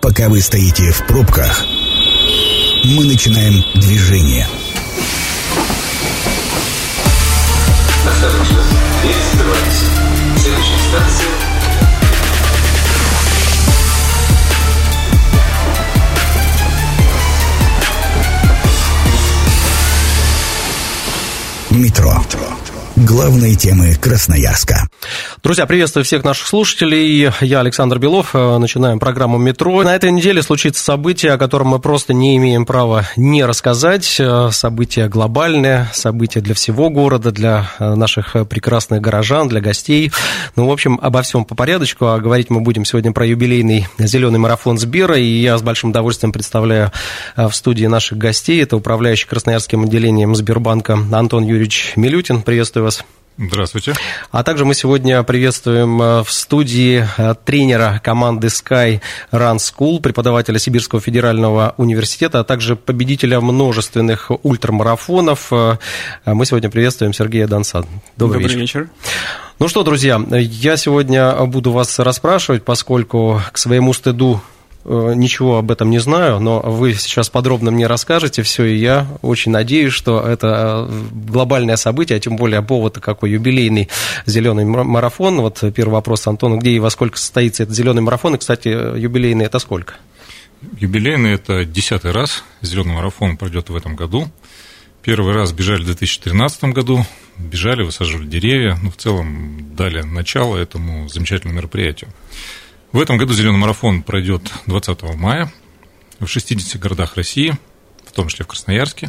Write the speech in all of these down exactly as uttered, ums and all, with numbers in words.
Пока вы стоите в пробках, мы начинаем движение. Осторожно, дверь закрывается. Следующая станция. Метро. Главные темы Красноярска. Друзья, приветствую всех наших слушателей. Я Александр Белов. Начинаем программу «Метро». На этой неделе случится событие, о котором мы просто не имеем права не рассказать. Событие глобальное, событие для всего города, для наших прекрасных горожан, для гостей. Ну, в общем, обо всем по порядочку. А говорить мы будем сегодня про юбилейный зеленый марафон Сбера. И я с большим удовольствием представляю в студии наших гостей. Это управляющий Красноярским отделением Сбербанка Антон Юрьевич Милютин. Приветствую вас. Здравствуйте. А также мы сегодня приветствуем в студии тренера команды Sky Run School, преподавателя Сибирского федерального университета, а также победителя множественных ультрамарафонов. Мы сегодня приветствуем Сергея Донца. Добрый, Добрый вечер. вечер. Ну что, друзья, я сегодня буду вас расспрашивать, поскольку к своему стыду ничего об этом не знаю, но вы сейчас подробно мне расскажете все, и я очень надеюсь, что это глобальное событие, а тем более повод какой юбилейный зеленый марафон. Вот первый вопрос Антону: где и во сколько состоится этот зеленый марафон? И, кстати, юбилейный это сколько? Юбилейный это десятый раз. Зеленый марафон пройдет в этом году. Первый раз бежали в две тысячи тринадцатом году, бежали, высаживали деревья, ну, в целом дали начало этому замечательному мероприятию. В этом году зеленый марафон пройдет двадцатого мая в шестидесяти городах России, в том числе в Красноярске.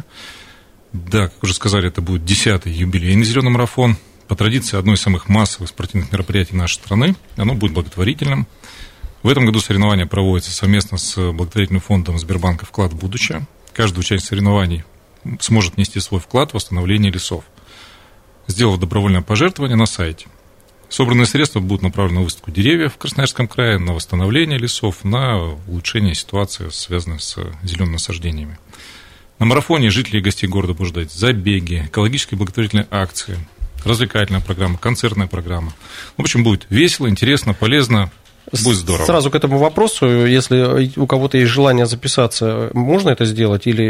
Да, как уже сказали, это будет десятый юбилейный зеленый марафон. По традиции, одно из самых массовых спортивных мероприятий нашей страны. Оно будет благотворительным. В этом году соревнования проводятся совместно с благотворительным фондом Сбербанка «Вклад в будущее». Каждый участник соревнований сможет внести свой вклад в восстановление лесов, сделав добровольное пожертвование на сайте. Собранные средства будут направлены на высадку деревьев в Красноярском крае, на восстановление лесов, на улучшение ситуации, связанной с зелеными насаждениями. На марафоне жители и гостей города будут ждать забеги, экологические благотворительные акции, развлекательная программа, концертная программа. В общем, будет весело, интересно, полезно. Будет здорово. Сразу к этому вопросу, если у кого-то есть желание записаться, можно это сделать или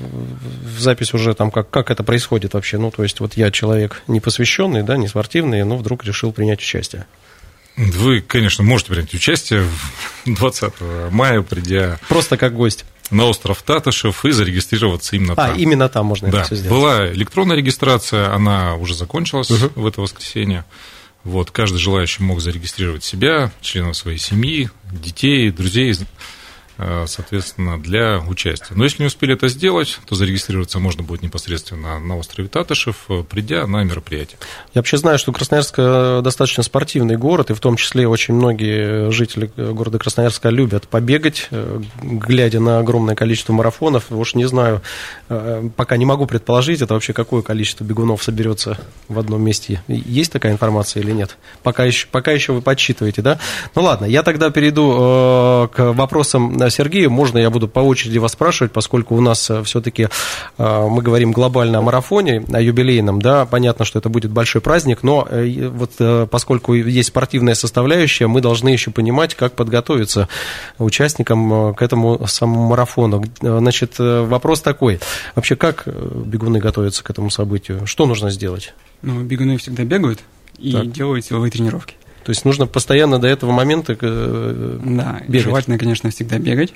в запись уже там, как, как это происходит вообще? Ну, то есть, вот я человек не посвященный, да, не спортивный, но вдруг решил принять участие. Вы, конечно, можете принять участие двадцатого мая, придя... Просто как гость. На остров Татышев и зарегистрироваться именно а, там. А, именно там можно да, это все сделать. Была электронная регистрация, она уже закончилась угу. в это воскресенье. Вот, каждый желающий мог зарегистрировать себя, членов своей семьи, детей, друзей, соответственно, для участия. Но если не успели это сделать, то зарегистрироваться можно будет непосредственно на острове Татышев, придя на мероприятие. Я вообще знаю, что Красноярск достаточно спортивный город, и в том числе очень многие жители города Красноярска любят побегать, глядя на огромное количество марафонов. Уж не знаю, пока не могу предположить, это вообще какое количество бегунов соберется в одном месте. Есть такая информация или нет? Пока еще, пока еще вы подсчитываете, да? Ну ладно, я тогда перейду к вопросам Сергею. Можно я буду по очереди вас спрашивать, поскольку у нас все-таки мы говорим глобально о марафоне, о юбилейном, да, понятно, что это будет большой праздник, но вот поскольку есть спортивная составляющая, мы должны еще понимать, как подготовиться участникам к этому самому марафону. Значит, вопрос такой, вообще как бегуны готовятся к этому событию? Что нужно сделать? Ну, бегуны всегда бегают и так. делают силовые тренировки. То есть нужно постоянно до этого момента да, бегать. Желательно, конечно, всегда бегать.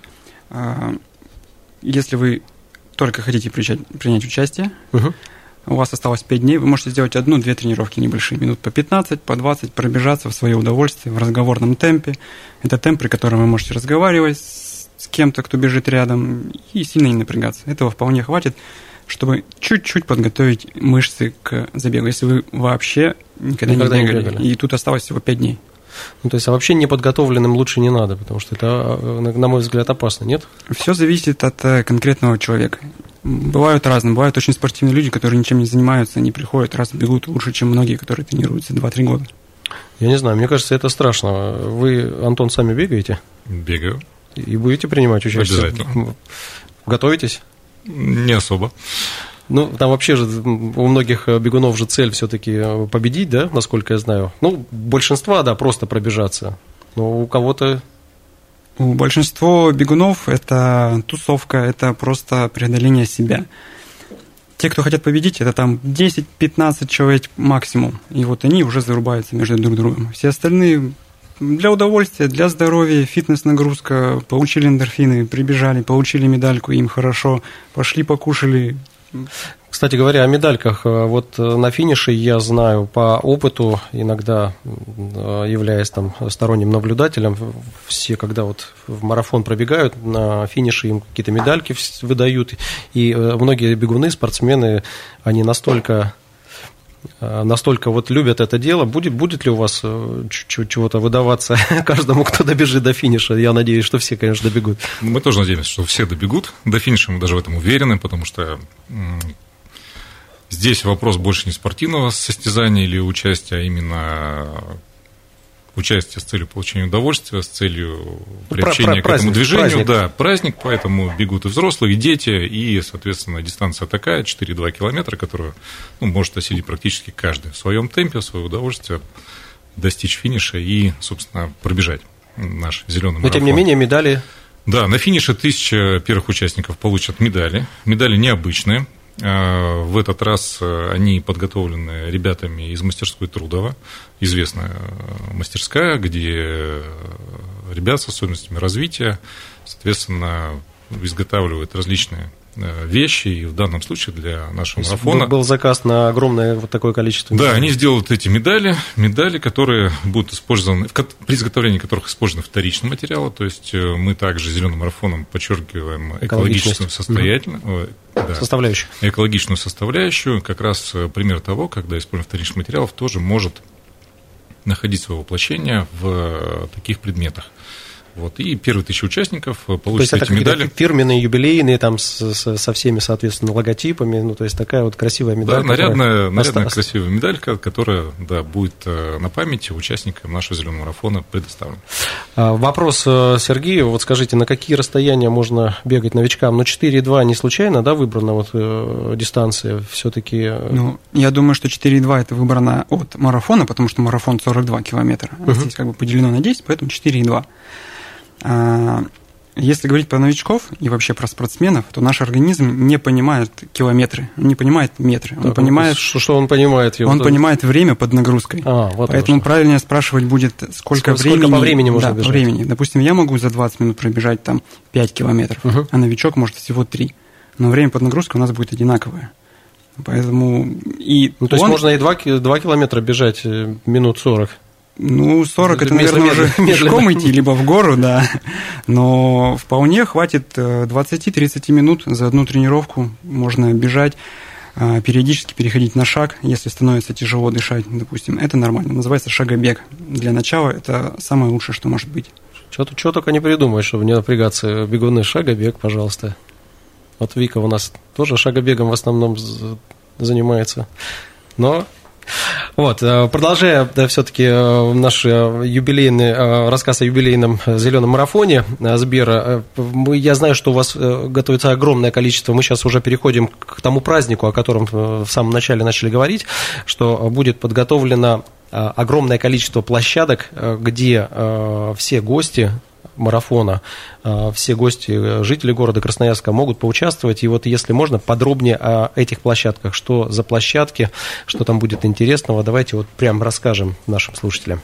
Если вы только хотите принять участие, угу. у вас осталось пять дней, вы можете сделать одну-две тренировки небольшие, минут по пятнадцать, по двадцать, пробежаться в свое удовольствие в разговорном темпе. Это темп, при котором вы можете разговаривать с кем-то, кто бежит рядом, и сильно не напрягаться. Этого вполне хватит, чтобы чуть-чуть подготовить мышцы к забегу, если вы вообще никогда, никогда не, бегали, не бегали. И тут осталось всего пять дней. Ну, то есть, а вообще неподготовленным лучше не надо, потому что это, на мой взгляд, опасно, нет? Все зависит от конкретного человека. Бывают разные, бывают очень спортивные люди, которые ничем не занимаются, они приходят, раз бегут лучше, чем многие, которые тренируются два-три года. Я не знаю, мне кажется, это страшно. Вы, Антон, сами бегаете? Бегаю. И будете принимать участие? Обязательно. Готовитесь? Не особо. Ну, там вообще же у многих бегунов же цель все-таки победить, да, насколько я знаю. Ну, большинства, да, просто пробежаться. Но у кого-то У большинства бегунов это тусовка, это просто преодоление себя. Те, кто хотят победить, это там десять-пятнадцать человек максимум. И вот они уже зарубаются между друг другом. Все остальные для удовольствия, для здоровья, фитнес-нагрузка, получили эндорфины, прибежали, получили медальку, им хорошо, пошли покушали. Кстати говоря, о медальках. Вот на финише я знаю по опыту, иногда являясь там сторонним наблюдателем, все, когда вот в марафон пробегают, на финише им какие-то медальки выдают, и многие бегуны, спортсмены, они настолько... настолько вот любят это дело. Будет, будет ли у вас чего-то выдаваться каждому, кто добежит до финиша? Я надеюсь, что все, конечно, добегут. Мы тоже надеемся, что все добегут до финиша, мы даже в этом уверены, потому что здесь вопрос больше не спортивного состязания или участия, а именно участие с целью получения удовольствия, с целью приобщения к этому движению. Праздник. Да, праздник, поэтому бегут и взрослые, и дети, и, соответственно, дистанция такая, четыре и два километра, которую ну, может осилить практически каждый в своем темпе, в свое удовольствие, достичь финиша и, собственно, пробежать наш зеленый марафон. Но, тем не менее, медали... Да, на финише тысяча первых участников получат медали. Медали необычные. В этот раз они подготовлены ребятами из мастерской Трудова, известная мастерская, где ребят с особенностями развития, соответственно, изготавливают различные вещи, и в данном случае для нашего марафона... Был заказ на огромное вот такое количество медалей. Да, они сделают эти медали, медали, которые будут использованы, при изготовлении которых использованы вторичные материалы, то есть мы также зеленым марафоном подчеркиваем экологическую состоятельность, да, составляющую. экологичную составляющую, как раз пример того, когда использование вторичных материалов тоже может находить свое воплощение в таких предметах. Вот, и первые тысячи участников получат эти медали. Фирменные, юбилейные, там, с, с, со всеми, соответственно, логотипами. Ну, то есть такая вот красивая медалька. Да, нарядная, нарядная оста... красивая медалька, которая да, будет на память участникам нашего зеленого марафона предоставлена. Вопрос Сергею. Вот скажите, на какие расстояния можно бегать новичкам? Ну, четыре и два не случайно, да, выбрана вот э, дистанция все-таки? Ну, я думаю, что четыре и два это выбрано от марафона, потому что марафон сорок два километра. Uh-huh. Здесь как бы поделено на десять, поэтому четыре и два. Если говорить про новичков и вообще про спортсменов, то наш организм не понимает километры, он не понимает метры. Он так, понимает, что, что он понимает? Он вот понимает время под нагрузкой. А, вот Поэтому правильнее спрашивать будет, сколько, сколько времени. Сколько по времени можно да, бежать? Времени. Допустим, я могу за двадцать минут пробежать там пять километров, угу. а новичок может всего три. Но время под нагрузкой у нас будет одинаковое. Поэтому и ну, то он... есть можно и два километра бежать минут сорок. Ну, сорок это, наверное, уже пешком идти, либо в гору, да. Но вполне хватит двадцать-тридцать минут за одну тренировку. Можно бежать, периодически переходить на шаг, если становится тяжело дышать, допустим. Это нормально. Называется шагобег. Для начала это самое лучшее, что может быть. Что-то, что только не придумаешь, чтобы не напрягаться. Бегуны, шагобег, пожалуйста. Вот Вика у нас тоже шагобегом в основном занимается. Но... Вот, продолжая да, все-таки наш юбилейный рассказ о юбилейном зеленом марафоне Сбера, я знаю, что у вас готовится огромное количество, мы сейчас уже переходим к тому празднику, о котором в самом начале начали говорить, что будет подготовлено огромное количество площадок, где все гости марафона, все гости, жители города Красноярска могут поучаствовать. И вот, если можно, подробнее о этих площадках. Что за площадки, что там будет интересного, давайте вот прям расскажем нашим слушателям.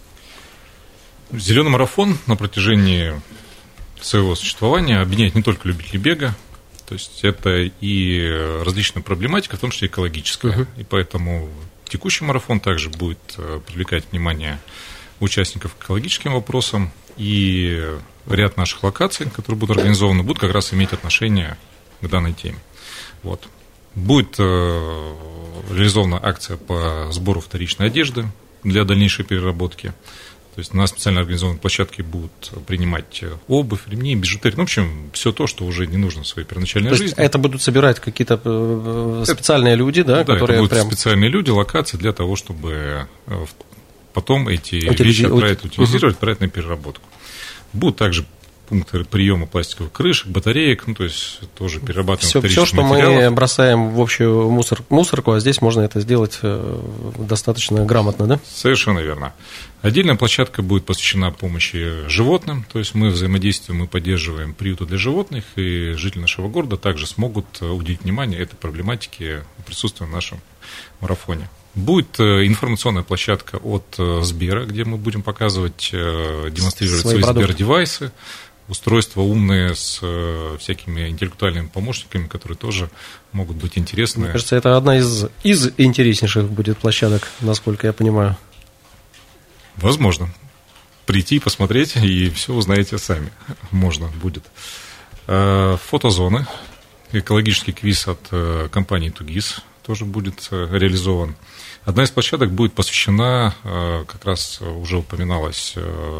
Зеленый марафон на протяжении своего существования объединяет не только любителей бега, то есть это и различная проблематика, в том числе экологическая. Uh-huh. И поэтому текущий марафон также будет привлекать внимание участников к экологическим вопросам. И ряд наших локаций, которые будут организованы, будут как раз иметь отношение к данной теме. Вот. Будет э, реализована акция по сбору вторичной одежды для дальнейшей переработки. То есть на специально организованной площадке будут принимать обувь, ремни, бижутерию. Ну, в общем, все то, что уже не нужно в своей первоначальной то жизни. Есть это будут собирать какие-то специальные это, люди, да, да, которые это будут прям... специальные люди, локации для того, чтобы потом эти Утилизи... вещи отправить, утилизировать, отправить на переработку. Будут также пункты приема пластиковых крышек, батареек, ну, то есть тоже перерабатываем все, все, что материалов. Мы бросаем в общую мусор, мусорку, а здесь можно это сделать достаточно грамотно, да? Совершенно верно. Отдельная площадка будет посвящена помощи животным, то есть мы взаимодействуем, мы поддерживаем приюты для животных, и жители нашего города также смогут уделить внимание этой проблематике присутствия в нашем марафоне. Будет информационная площадка от Сбера, где мы будем показывать, демонстрировать свои, свои Сбер-девайсы, устройства умные с всякими интеллектуальными помощниками, которые тоже могут быть интересны. Мне кажется, это одна из, из интереснейших будет площадок, насколько я понимаю. Возможно. Прийти, посмотреть, и все узнаете сами. Можно будет. Фотозоны. Экологический квиз от компании «Тугис» тоже будет реализован. Одна из площадок будет посвящена, как раз уже упоминалось,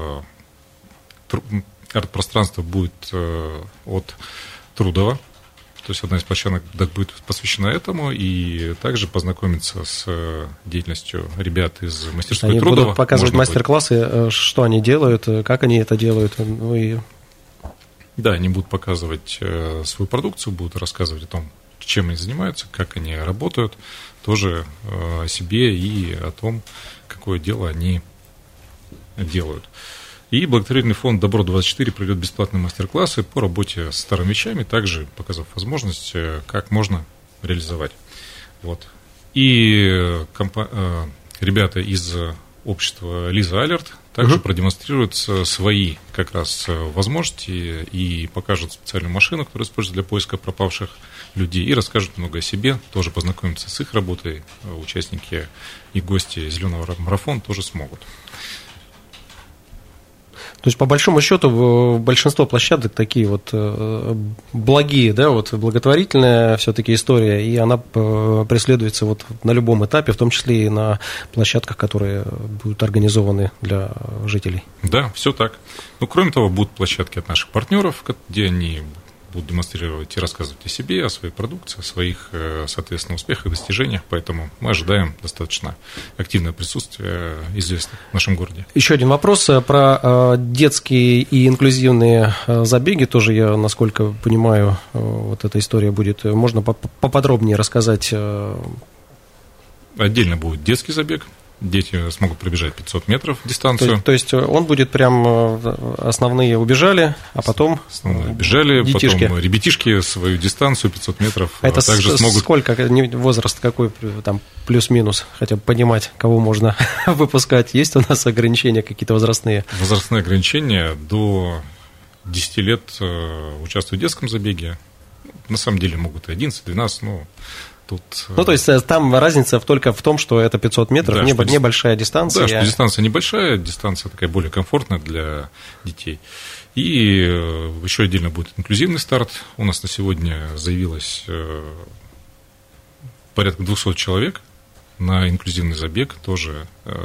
арт-пространство будет от Трудова. То есть одна из площадок будет посвящена этому, и также познакомиться с деятельностью ребят из мастерской они Трудова. Будут показывать мастер-классы, что они делают, как они это делают. Ну и... Да, они будут показывать свою продукцию, будут рассказывать о том, чем они занимаются, как они работают, тоже о себе и о том, какое дело они делают. И благотворительный фонд «Добро двадцать четыре» проведет бесплатные мастер-классы по работе с старыми вещами, также показав возможность, как можно реализовать. Вот. И компа- ребята из общества «Лиза Алерт» также угу. продемонстрируют свои как раз возможности и покажут специальную машину, которую используют для поиска пропавших людей, и расскажут много о себе, тоже познакомиться с их работой. Участники и гости «Зеленого марафона» тоже смогут. То есть, по большому счету, большинство площадок такие вот благие, да, вот благотворительная все-таки история, и она преследуется вот на любом этапе, в том числе и на площадках, которые будут организованы для жителей. Да, все так. Ну, кроме того, будут площадки от наших партнеров, где они будут демонстрировать и рассказывать о себе, о своей продукции, о своих, соответственно, успехах и достижениях. Поэтому мы ожидаем достаточно активное присутствие известных в нашем городе. Еще один вопрос про детские и инклюзивные забеги. Тоже я, насколько понимаю, вот эта история будет. Можно поподробнее рассказать? Отдельно будет детский забег. Дети смогут пробежать пятьсот метров дистанцию. То, то есть он будет прям основные убежали, а потом основные убежали, детишки. Потом ребятишки свою дистанцию пятьсот метров это также с, смогут. Сколько, возраст какой, там плюс-минус, хотя бы понимать, кого можно выпускать? Есть у нас ограничения какие-то возрастные? Возрастные ограничения до десяти лет участвуют в детском забеге. На самом деле могут и одиннадцать-двенадцать, но тут... Ну, то есть там разница только в том, что это пятьсот метров, да, небо, небольшая дистанция. Да, что дистанция небольшая, дистанция такая более комфортная для детей. И еще отдельно будет инклюзивный старт. У нас на сегодня заявилось порядка двухсот человек на инклюзивный забег. Тоже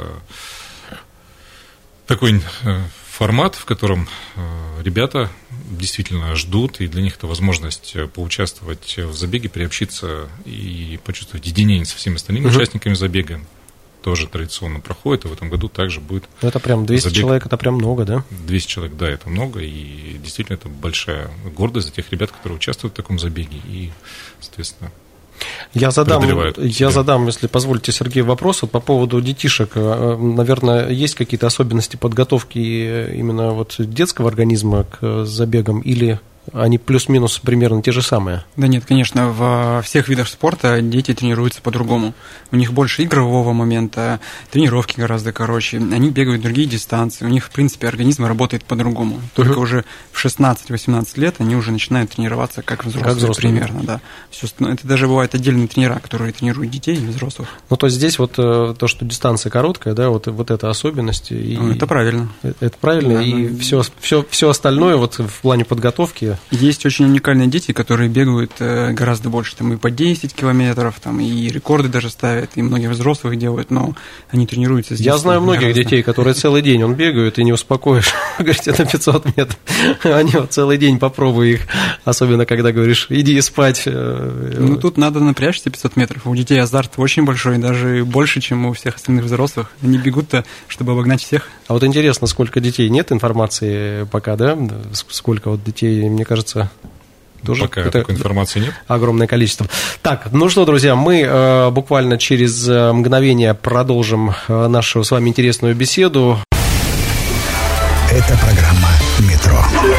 такой формат, в котором ребята действительно ждут, и для них это возможность поучаствовать в забеге, приобщиться и почувствовать единение со всеми остальными угу. участниками забега. Тоже традиционно проходит, и в этом году также будет... Ну, это прям двести забег. Человек, это прям много, да? двести человек, да, это много, и действительно это большая гордость за тех ребят, которые участвуют в таком забеге, и, соответственно... Я задам, я задам, если позволите, Сергей, вопрос вот по поводу детишек. Наверное, есть какие-то особенности подготовки именно вот детского организма к забегам, или они плюс-минус примерно те же самые? Да нет, конечно, во всех видах спорта дети тренируются по-другому. У них больше игрового момента, тренировки гораздо короче, они бегают другие дистанции, у них, в принципе, организм работает по-другому. Только uh-huh. уже в шестнадцать-восемнадцать лет они уже начинают тренироваться как взрослые, как взрослые. Примерно, да. Все, это даже бывают отдельные тренера, которые тренируют детей и взрослых. Ну, то есть здесь вот то, что дистанция короткая, да, вот, вот это особенность. И ну, это правильно. Это правильно, да, и ну... все, все, все остальное вот в плане подготовки годы. Есть очень уникальные дети, которые бегают гораздо больше, там и по десять километров, там и рекорды даже ставят, и многие взрослых делают, но они тренируются здесь. Я знаю многих гораздо. детей, которые целый день он бегают, и не успокоишь. Говорит, это пятьсот метров. Они вот целый день попробуй их, особенно когда говоришь, иди спать. Ну, тут надо напрячься пятьсот метров. У детей азарт очень большой, даже больше, чем у всех остальных взрослых. Они бегут-то, чтобы обогнать всех. А вот интересно, сколько детей? Нет информации пока, да? Сколько вот детей, мне кажется... Тоже пока такой информации нет. Огромное количество. Так, ну что, друзья, мы э, буквально через мгновение продолжим э, нашу с вами интересную беседу. Это программа «Метро».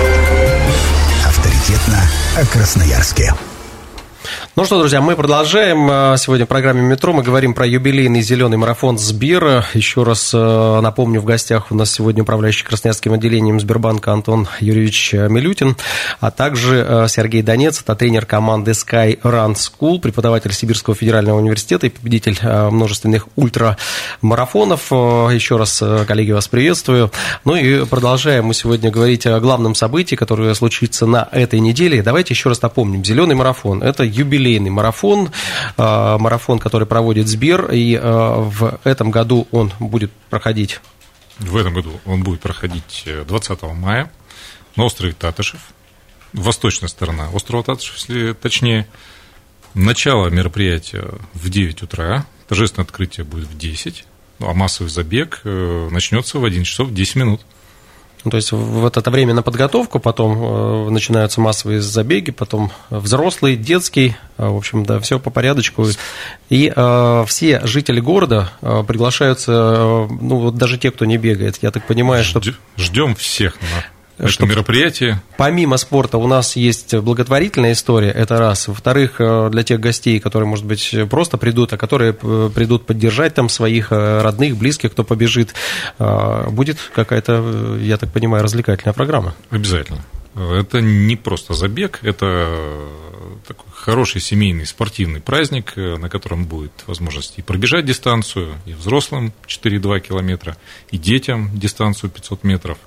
Авторитетно о Красноярске. Ну что, друзья, мы продолжаем. Сегодня в программе «Метро» мы говорим про юбилейный зеленый марафон Сбера. Еще раз напомню, в гостях у нас сегодня управляющий Красноярским отделением Сбербанка Антон Юрьевич Милютин, а также Сергей Донец, это тренер команды Sky Run School, преподаватель Сибирского федерального университета и победитель множественных ультрамарафонов. Еще раз, коллеги, вас приветствую. Ну и продолжаем мы сегодня говорить о главном событии, которое случится на этой неделе. Давайте еще раз напомним. Зеленый марафон – это юбилейный марафон, марафон, который проводит Сбер, и в этом году он будет проходить. В этом году он будет проходить двадцатого мая на острове Татышев, восточная сторона острова Татышев, если точнее. Начало мероприятия в девять утра, торжественное открытие будет в десять, а массовый забег начнется в одиннадцать часов десять минут. То есть вот это время на подготовку, потом начинаются массовые забеги, потом взрослый, детский, в общем, да, все по порядочку. И э, все жители города э, приглашаются, ну, вот даже те, кто не бегает, я так понимаю, что... Ждем всех на... Это мероприятие. Помимо спорта у нас есть благотворительная история, это раз. Во-вторых, для тех гостей, которые, может быть, просто придут, а которые придут поддержать там своих родных, близких, кто побежит, будет какая-то, я так понимаю, развлекательная программа. Обязательно. Это не просто забег, это такой хороший семейный спортивный праздник, на котором будет возможность и пробежать дистанцию, и взрослым четыре и два километра, и детям дистанцию пятьсот метров.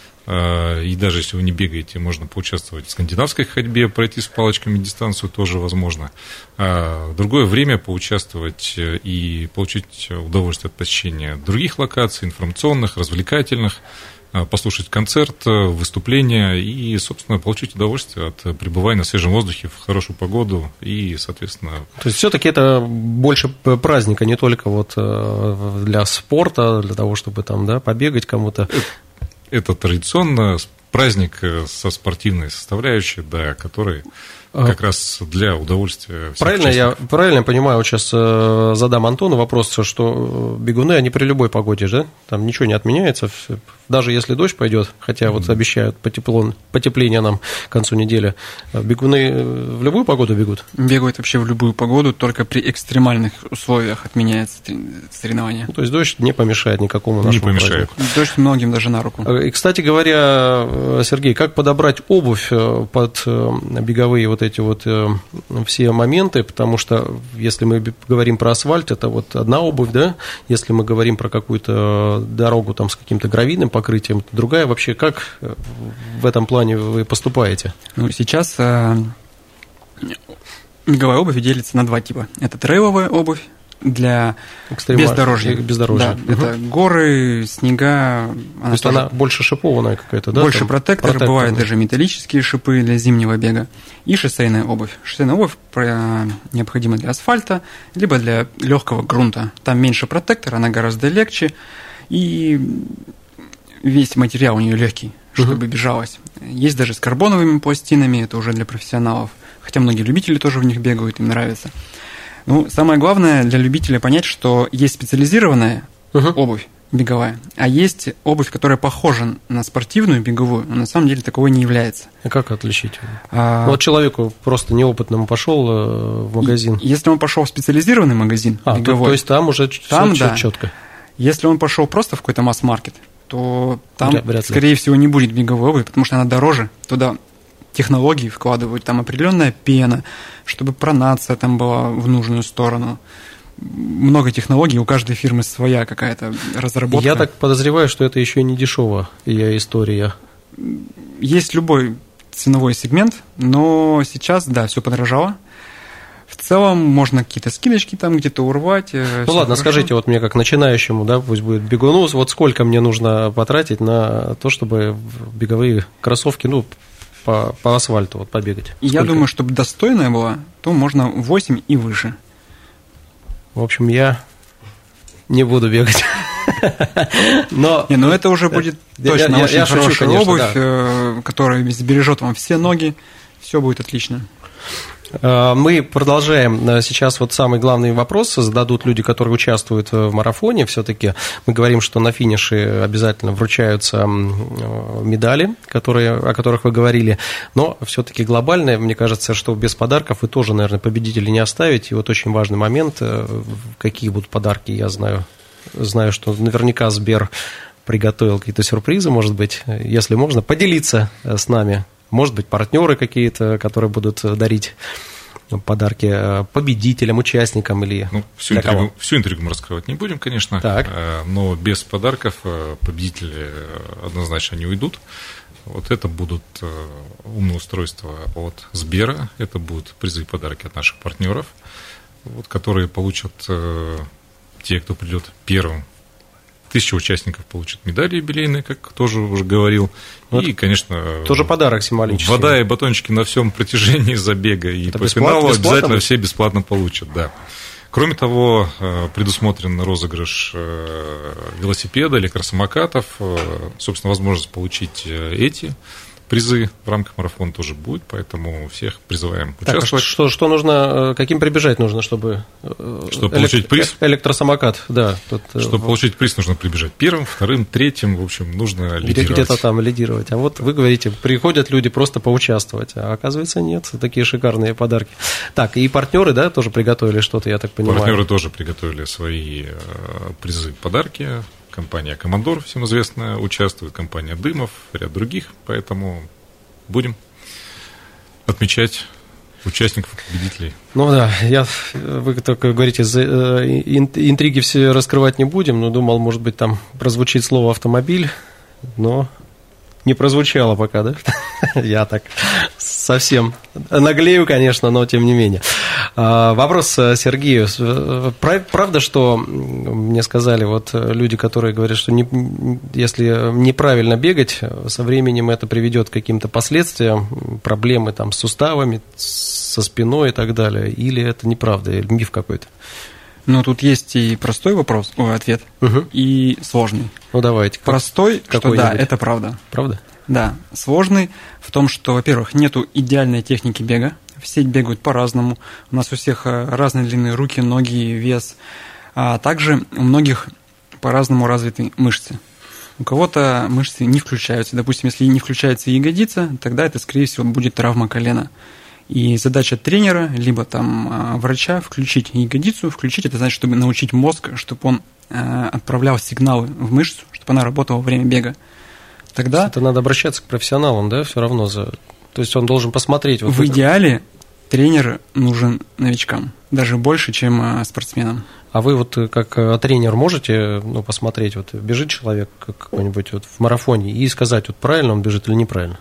И даже если вы не бегаете, можно поучаствовать в скандинавской ходьбе, пройти с палочками дистанцию тоже возможно. А в другое время поучаствовать и получить удовольствие от посещения других локаций, информационных, развлекательных, послушать концерт, выступления и, собственно, получить удовольствие от пребывания на свежем воздухе в хорошую погоду и, соответственно... То есть все-таки это больше праздника, не только вот для спорта, для того, чтобы там, да, побегать кому-то... Это традиционно праздник со спортивной составляющей, да, который как раз для удовольствия всех правильно участников. Я правильно понимаю, вот сейчас задам Антону вопрос, что бегуны, они при любой погоде, да? Там ничего не отменяется, даже если дождь пойдет, хотя вот обещают потепло, потепление нам к концу недели. Бегуны в любую погоду бегут? Бегают вообще в любую погоду, только при экстремальных условиях отменяется соревнование. Ну, то есть дождь не помешает никакому нашему Не помешает. празднику. Дождь многим даже на руку. И, кстати говоря, Сергей, как подобрать обувь под беговые вот эти вот все моменты, потому что если мы говорим про асфальт, это вот одна обувь, да, если мы говорим про какую-то дорогу там с каким-то гравийным покрытием, то другая. Вообще, как в этом плане вы поступаете? Ну, сейчас э, беговая обувь делится на два типа. Это трейловая обувь для бездорожья. бездорожья. Да, угу. Это горы, снега. То есть она больше шипованная какая-то, да? Больше там протектор, протектор, бывают да. даже металлические шипы для зимнего бега. И шоссейная обувь. Шоссейная обувь необходима для асфальта, либо для легкого грунта. Там меньше протектора, она гораздо легче. И весь материал у нее легкий, чтобы uh-huh. бежалось. Есть даже с карбоновыми пластинами, это уже для профессионалов. Хотя многие любители тоже в них бегают, им нравится. Ну, самое главное для любителя понять, что есть специализированная uh-huh. обувь беговая, а есть обувь, которая похожа на спортивную беговую, но на самом деле таковой не является. А как отличить? А... Вот человеку просто неопытному пошел в магазин. Если он пошел в специализированный магазин а, беговой, то, то есть там уже там, все да. четко. Если он пошел просто в какой-то масс-маркет, то там, Вряд, вряд скорее ли. всего, не будет беговой обуви, потому что она дороже. Туда технологии вкладывают, там определенная пена, чтобы пронация там была в нужную сторону. Много технологий, у каждой фирмы своя какая-то разработка. Я так подозреваю, что это еще и не дешевая история. Есть любой ценовой сегмент, но сейчас, да, все подорожало. В целом можно какие-то скидочки там где-то урвать. Ну ладно, хорошо. Скажите, вот мне как начинающему, да, пусть будет бегуну, вот сколько мне нужно потратить на то, чтобы беговые кроссовки, ну, по, по асфальту вот побегать? Сколько? Я думаю, чтобы достойная была, то можно восемь и выше. В общем, я не буду бегать. Но, не, ну это уже будет точно я, очень я хорошая шучу, конечно, обувь, да. Которая сбережет вам все ноги, все будет отлично. Мы продолжаем. Сейчас вот самый главный вопрос зададут люди, которые участвуют в марафоне. Все-таки мы говорим, что на финише обязательно вручаются медали, которые, о которых вы говорили. Но все-таки глобально, мне кажется, что без подарков вы тоже, наверное, победителей не оставите. И вот очень важный момент, какие будут подарки, я знаю. Знаю, что наверняка Сбер приготовил какие-то сюрпризы, может быть. Если можно, поделиться с нами. Может быть, партнеры какие-то, которые будут дарить подарки победителям, участникам или ну, всю, интригу, всю интригу мы раскрывать не будем, конечно, так. Но без подарков победители однозначно не уйдут. Вот это будут умные устройства от Сбера, это будут призы и подарки от наших партнеров, вот, которые получат те, кто придет первым. Тысяча участников получат медали юбилейные, как тоже уже говорил. Вот и, конечно, тоже подарок символический. Вода и батончики на всем протяжении забега. И это по финалу обязательно будет? Все бесплатно получат. Да. Кроме того, предусмотрен розыгрыш велосипеда, электросамокатов. Собственно, возможность получить эти призы в рамках марафона тоже будет, поэтому всех призываем участвовать. Так, что, что нужно, каким прибежать нужно, чтобы... Чтобы получить приз? Электросамокат, да. Тут, чтобы в... получить приз, нужно прибежать первым, вторым, третьим, в общем, нужно лидировать. Где-то там лидировать. А вот вы говорите, приходят люди просто поучаствовать, а оказывается нет, такие шикарные подарки. Так, и партнеры, да, тоже приготовили что-то, я так понимаю? Партнеры тоже приготовили свои призы, подарки. Компания «Командор», всем известная, участвует, компания «Дымов», ряд других, поэтому будем отмечать участников и победителей. Ну да, я, вы только говорите, интриги все раскрывать не будем, но думал, может быть, там прозвучит слово «автомобиль», но не прозвучало пока, да? Я так совсем наглею, конечно, но тем не менее. Вопрос Сергею. Правда, что мне сказали вот люди, которые говорят, что не, если неправильно бегать, со временем это приведет к каким-то последствиям, проблемы там с суставами, со спиной и так далее? Или это неправда, или миф какой-то? Ну, тут есть и простой вопрос, ой, ответ, угу. и сложный. Ну, давайте. Простой, как, что да, это правда. Правда? Да. Сложный в том, что, во-первых, нету идеальной техники бега. Все бегают по-разному. У нас у всех разные длины руки, ноги, вес. А также у многих по-разному развиты мышцы. У кого-то мышцы не включаются. Допустим, если не включается ягодица, тогда это, скорее всего, будет травма колена. И задача тренера, либо там врача включить ягодицу. Включить – это значит, чтобы научить мозг, чтобы он отправлял сигналы в мышцу, чтобы она работала во время бега. Тогда это надо обращаться к профессионалам, да, все равно за. То есть он должен посмотреть. Вот в это. Идеале тренер нужен новичкам, даже больше, чем спортсменам. А вы вот как тренер можете ну, посмотреть, вот бежит человек какой-нибудь вот в марафоне и сказать, вот правильно он бежит или неправильно?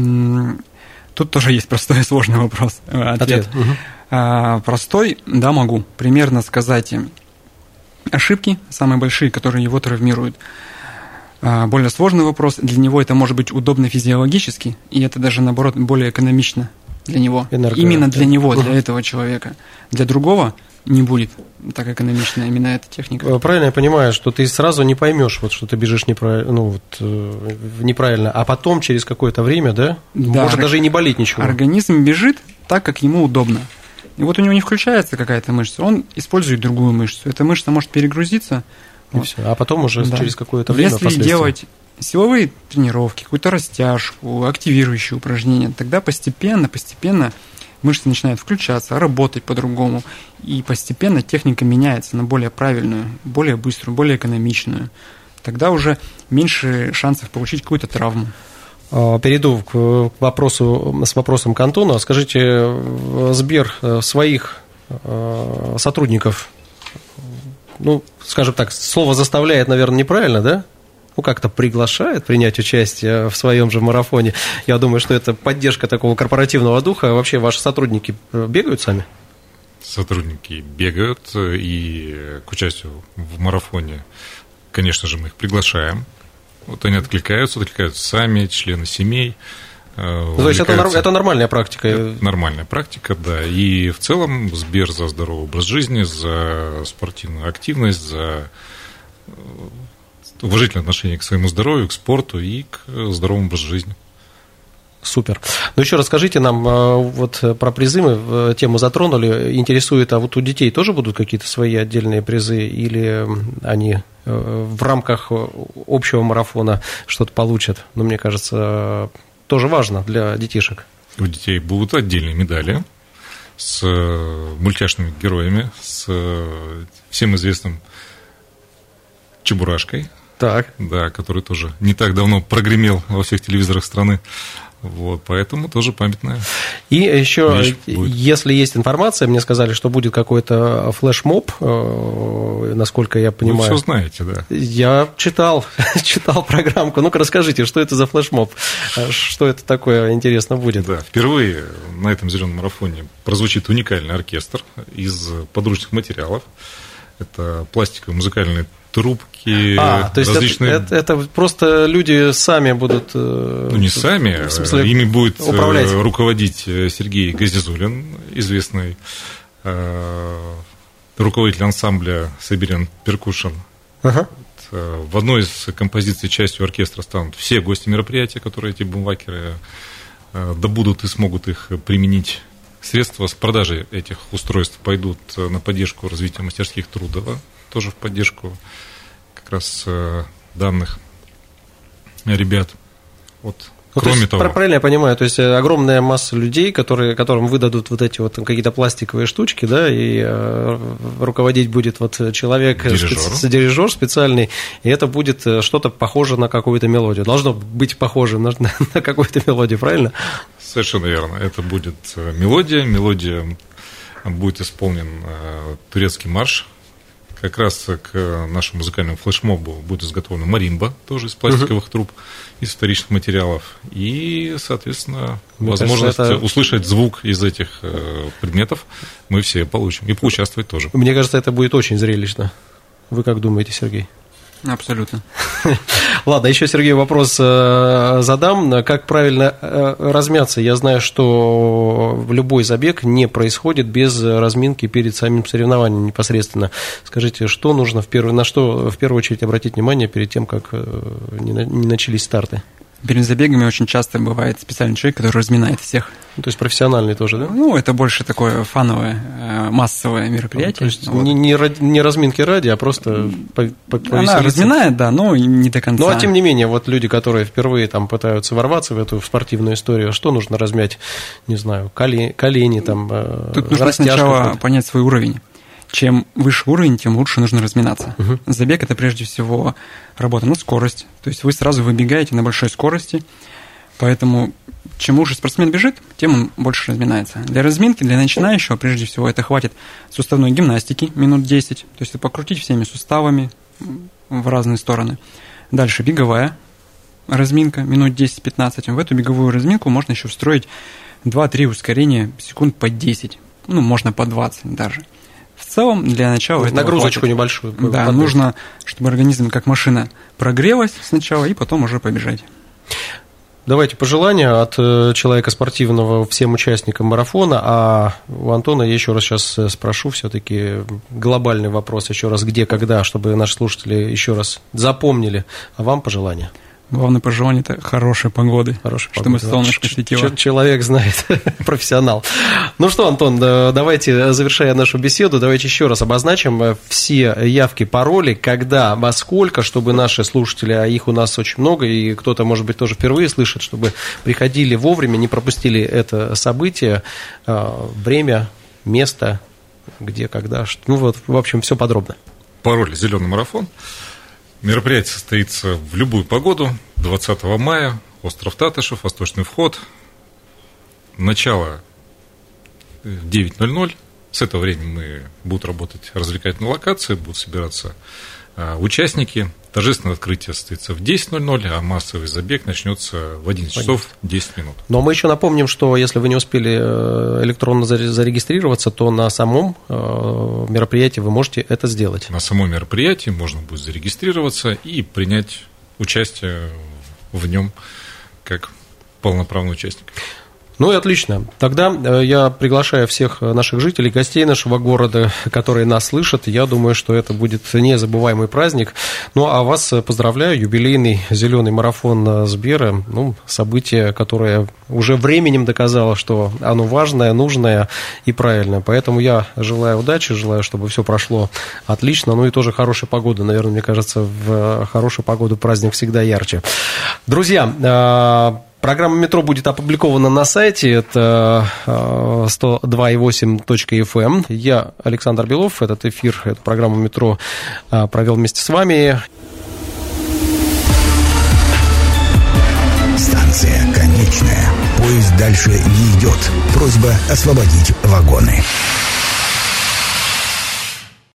Тут тоже есть простой и сложный вопрос. Ответ. Ответ. Угу. А, простой, да, могу. Примерно сказать ошибки, самые большие, которые его травмируют. А, более сложный вопрос. Для него это может быть удобно физиологически, и это даже, наоборот, более экономично для него. Энерго... Именно для него, угу. для этого человека. Для другого не будет так экономично именно эта техника. Правильно я понимаю, что ты сразу не поймешь, вот, что ты бежишь неправильно, ну, вот, э, неправильно, а потом через какое-то время, да, да может ор... даже и не болеть ничего. Организм бежит так, как ему удобно. И вот у него не включается какая-то мышца, он использует другую мышцу. Эта мышца может перегрузиться. И вот. Все. А потом уже да. через какое-то время Если делать силовые тренировки, какую-то растяжку, активирующие упражнения, тогда постепенно, постепенно мышцы начинают включаться, работать по-другому, и постепенно техника меняется на более правильную, более быструю, более экономичную. Тогда уже меньше шансов получить какую-то травму. Перейду к вопросу, с вопросом к Антону. Скажите, Сбер своих сотрудников, ну, скажем так, слово «заставляет», наверное, неправильно, да? ну, как-то приглашает принять участие в своем же марафоне. Я думаю, что это поддержка такого корпоративного духа. Вообще ваши сотрудники бегают сами? Сотрудники бегают, и к участию в марафоне, конечно же, мы их приглашаем. Вот они откликаются, откликаются сами, члены семей. То есть это, это нормальная практика? Это нормальная практика, да. И в целом Сбер за здоровый образ жизни, за спортивную активность, за уважительное отношение к своему здоровью, к спорту и к здоровому образу жизни. Супер. Ну, еще расскажите нам вот про призы, мы тему затронули, интересует, а вот у детей тоже будут какие-то свои отдельные призы, или они в рамках общего марафона что-то получат? Ну, мне кажется, тоже важно для детишек. У детей будут отдельные медали с мультяшными героями, с всем известным Чебурашкой, так. Да, который тоже не так давно прогремел во всех телевизорах страны. Вот, поэтому тоже памятная. И еще, если есть информация, мне сказали, что будет какой-то флешмоб, насколько я понимаю. Вы все знаете, да. Я читал, читал программку. Ну-ка, расскажите, что это за флешмоб? Что это такое, интересно будет? Да, впервые на этом зеленом марафоне прозвучит уникальный оркестр из подручных материалов. Это пластиковые музыкальные трубки, а, то есть различные... это, это, это просто люди сами будут... Ну, не сами, в смысле, ими будет управлять. Руководить Сергей Газизулин, известный э, руководитель ансамбля Siberian Percussion. Ага. В одной из композиций частью оркестра станут все гости мероприятия, которые эти бумвакеры э, добудут и смогут их применить. Средства с продажи этих устройств пойдут на поддержку развития мастерских трудов, тоже в поддержку как раз данных ребят. Вот. Ну, Кроме то есть, того, правильно я понимаю, то есть огромная масса людей, которые, которым выдадут вот эти вот какие-то пластиковые штучки, да, и э, руководить будет вот человек, специ, дирижер специальный, и это будет что-то похоже на какую-то мелодию. Должно быть похоже на, на какую-то мелодию, правильно? Совершенно верно. Это будет мелодия. Мелодия будет исполнен турецкий марш. Как раз к нашему музыкальному флешмобу будет изготовлена маримба, тоже из пластиковых uh-huh. труб, из вторичных материалов. И, соответственно, Мне возможность кажется, это... услышать звук из этих предметов мы все получим. И поучаствовать тоже. Мне кажется, это будет очень зрелищно. Вы как думаете, Сергей? Абсолютно. Ладно, еще, Сергей, вопрос задам. Как правильно размяться? Я знаю, что любой забег не происходит без разминки перед самим соревнованием непосредственно. Скажите, что нужно в первую, на что в первую очередь обратить внимание перед тем, как не начались старты? Перед забегами очень часто бывает специальный человек, который разминает всех. Ну, то есть профессиональный тоже, да? Ну, это больше такое фановое, массовое мероприятие. А, то есть вот. не, не, не разминки ради, а просто по, по, Она разминает, да, но не до конца. Ну, а тем не менее, вот люди, которые впервые там пытаются ворваться в эту в спортивную историю, что нужно размять? Не знаю, колени, колени там, Тут нужно сначала какой-то. понять свой уровень. Чем выше уровень, тем лучше нужно разминаться. Uh-huh. Забег – это прежде всего работа на скорость. То есть вы сразу выбегаете на большой скорости, поэтому чем лучше спортсмен бежит, тем он больше разминается. Для разминки, для начинающего, прежде всего, это хватит суставной гимнастики минут десять, то есть покрутить всеми суставами в разные стороны. Дальше беговая разминка минут десять-пятнадцать. В эту беговую разминку можно еще встроить два-три ускорения секунд по десять, ну, можно по двадцать даже. В целом, для начала... Вот нагрузочку хватит. Небольшую. Да, подать. Нужно, чтобы организм, как машина, прогрелась сначала, и потом уже побежать. Давайте пожелания от человека спортивного всем участникам марафона. А у Антона я еще раз сейчас спрошу все-таки глобальный вопрос, еще раз, где, когда, чтобы наши слушатели еще раз запомнили. А вам пожелания? Главное пожелание – это хорошей погоды, Хорошей чтобы погоды, солнышко светило. Человек знает, профессионал. Ну что, Антон, давайте, завершая нашу беседу, давайте еще раз обозначим все явки, пароли, когда, во сколько, чтобы наши слушатели, а их у нас очень много, и кто-то, может быть, тоже впервые слышит, чтобы приходили вовремя, не пропустили это событие, время, место, где, когда, ну вот, в общем, все подробно. Пароль «Зеленый марафон». Мероприятие состоится в любую погоду, двадцатого мая, остров Татышев, Восточный вход. Начало в девять ноль ноль. С этого времени мы будут работать развлекательные локации, будут собираться а, участники. торжественное открытие состоится в десять ноль ноль, а массовый забег начнется в одиннадцать часов десять минут. Но мы еще напомним, что если вы не успели электронно зарегистрироваться, то на самом мероприятии вы можете это сделать. На самом мероприятии можно будет зарегистрироваться и принять участие в нем как полноправный участник. Ну и отлично. Тогда я приглашаю всех наших жителей, гостей нашего города, которые нас слышат. Я думаю, что это будет незабываемый праздник. Ну а вас поздравляю. Юбилейный зеленый марафон Сбера. Ну, событие, которое уже временем доказало, что оно важное, нужное и правильное. Поэтому я желаю удачи, желаю, чтобы все прошло отлично. Ну и тоже хорошей погоды. Наверное, мне кажется, в хорошую погоду праздник всегда ярче. Друзья, программа «Метро» будет опубликована на сайте, это сто два и восемь точка эф эм. Я, Александр Белов, этот эфир, эту программу «Метро» провел вместе с вами. Станция конечная. Поезд дальше не идет. Просьба освободить вагоны.